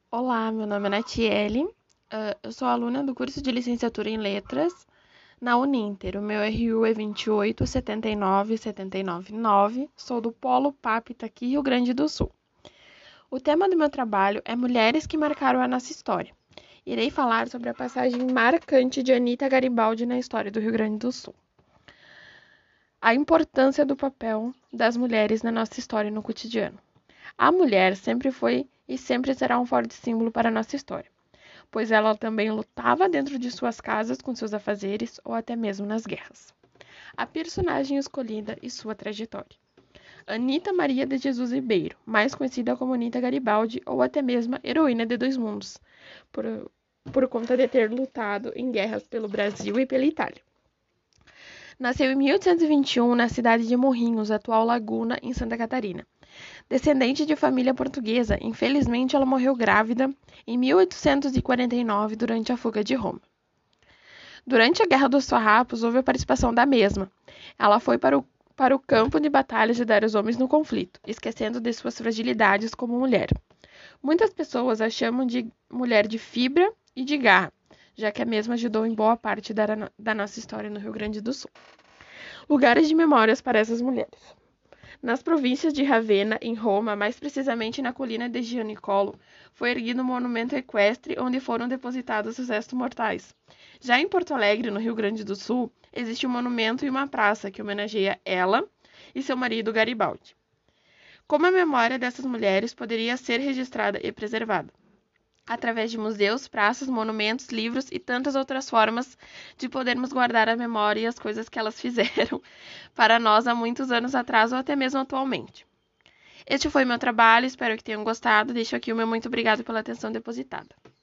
Olá, meu nome é Natiele. Eu sou aluna do curso de licenciatura em Letras na Uninter. O meu RU é 2879799. Sou do Polo PAP Itaqui, Rio Grande do Sul. O tema do meu trabalho é Mulheres que marcaram a nossa história. Irei falar sobre a passagem marcante de Anita Garibaldi na história do Rio Grande do Sul. A importância do papel das mulheres na nossa história e no cotidiano. A mulher sempre foi e sempre será um forte símbolo para a nossa história, pois ela também lutava dentro de suas casas com seus afazeres ou até mesmo nas guerras. A personagem escolhida e sua trajetória. Anita Maria de Jesus Ribeiro, mais conhecida como Anita Garibaldi ou até mesmo Heroína de Dois Mundos, por, por conta de ter lutado em guerras pelo Brasil e pela Itália. Nasceu em 1821 na cidade de Morrinhos, atual Laguna, em Santa Catarina. Descendente de família portuguesa, infelizmente ela morreu grávida em 1849 durante a fuga de Roma. Durante a Guerra dos Farrapos, houve a participação da mesma. Ela foi para o campo de batalha ajudar os homens no conflito, esquecendo de suas fragilidades como mulher. Muitas pessoas a chamam de mulher de fibra e de garra, já que a mesma ajudou em boa parte da nossa história no Rio Grande do Sul. Lugares de memórias para essas mulheres. Nas províncias de Ravenna, em Roma, mais precisamente na colina de Gianicolo, foi erguido um monumento equestre onde foram depositados os restos mortais. Já em Porto Alegre, no Rio Grande do Sul, existe um monumento e uma praça que homenageia ela e seu marido Garibaldi. Como a memória dessas mulheres poderia ser registrada e preservada? Através de museus, praças, monumentos, livros e tantas outras formas de podermos guardar a memória e as coisas que elas fizeram para nós há muitos anos atrás ou até mesmo atualmente. Este foi meu trabalho, espero que tenham gostado. Deixo aqui o meu muito obrigado pela atenção depositada.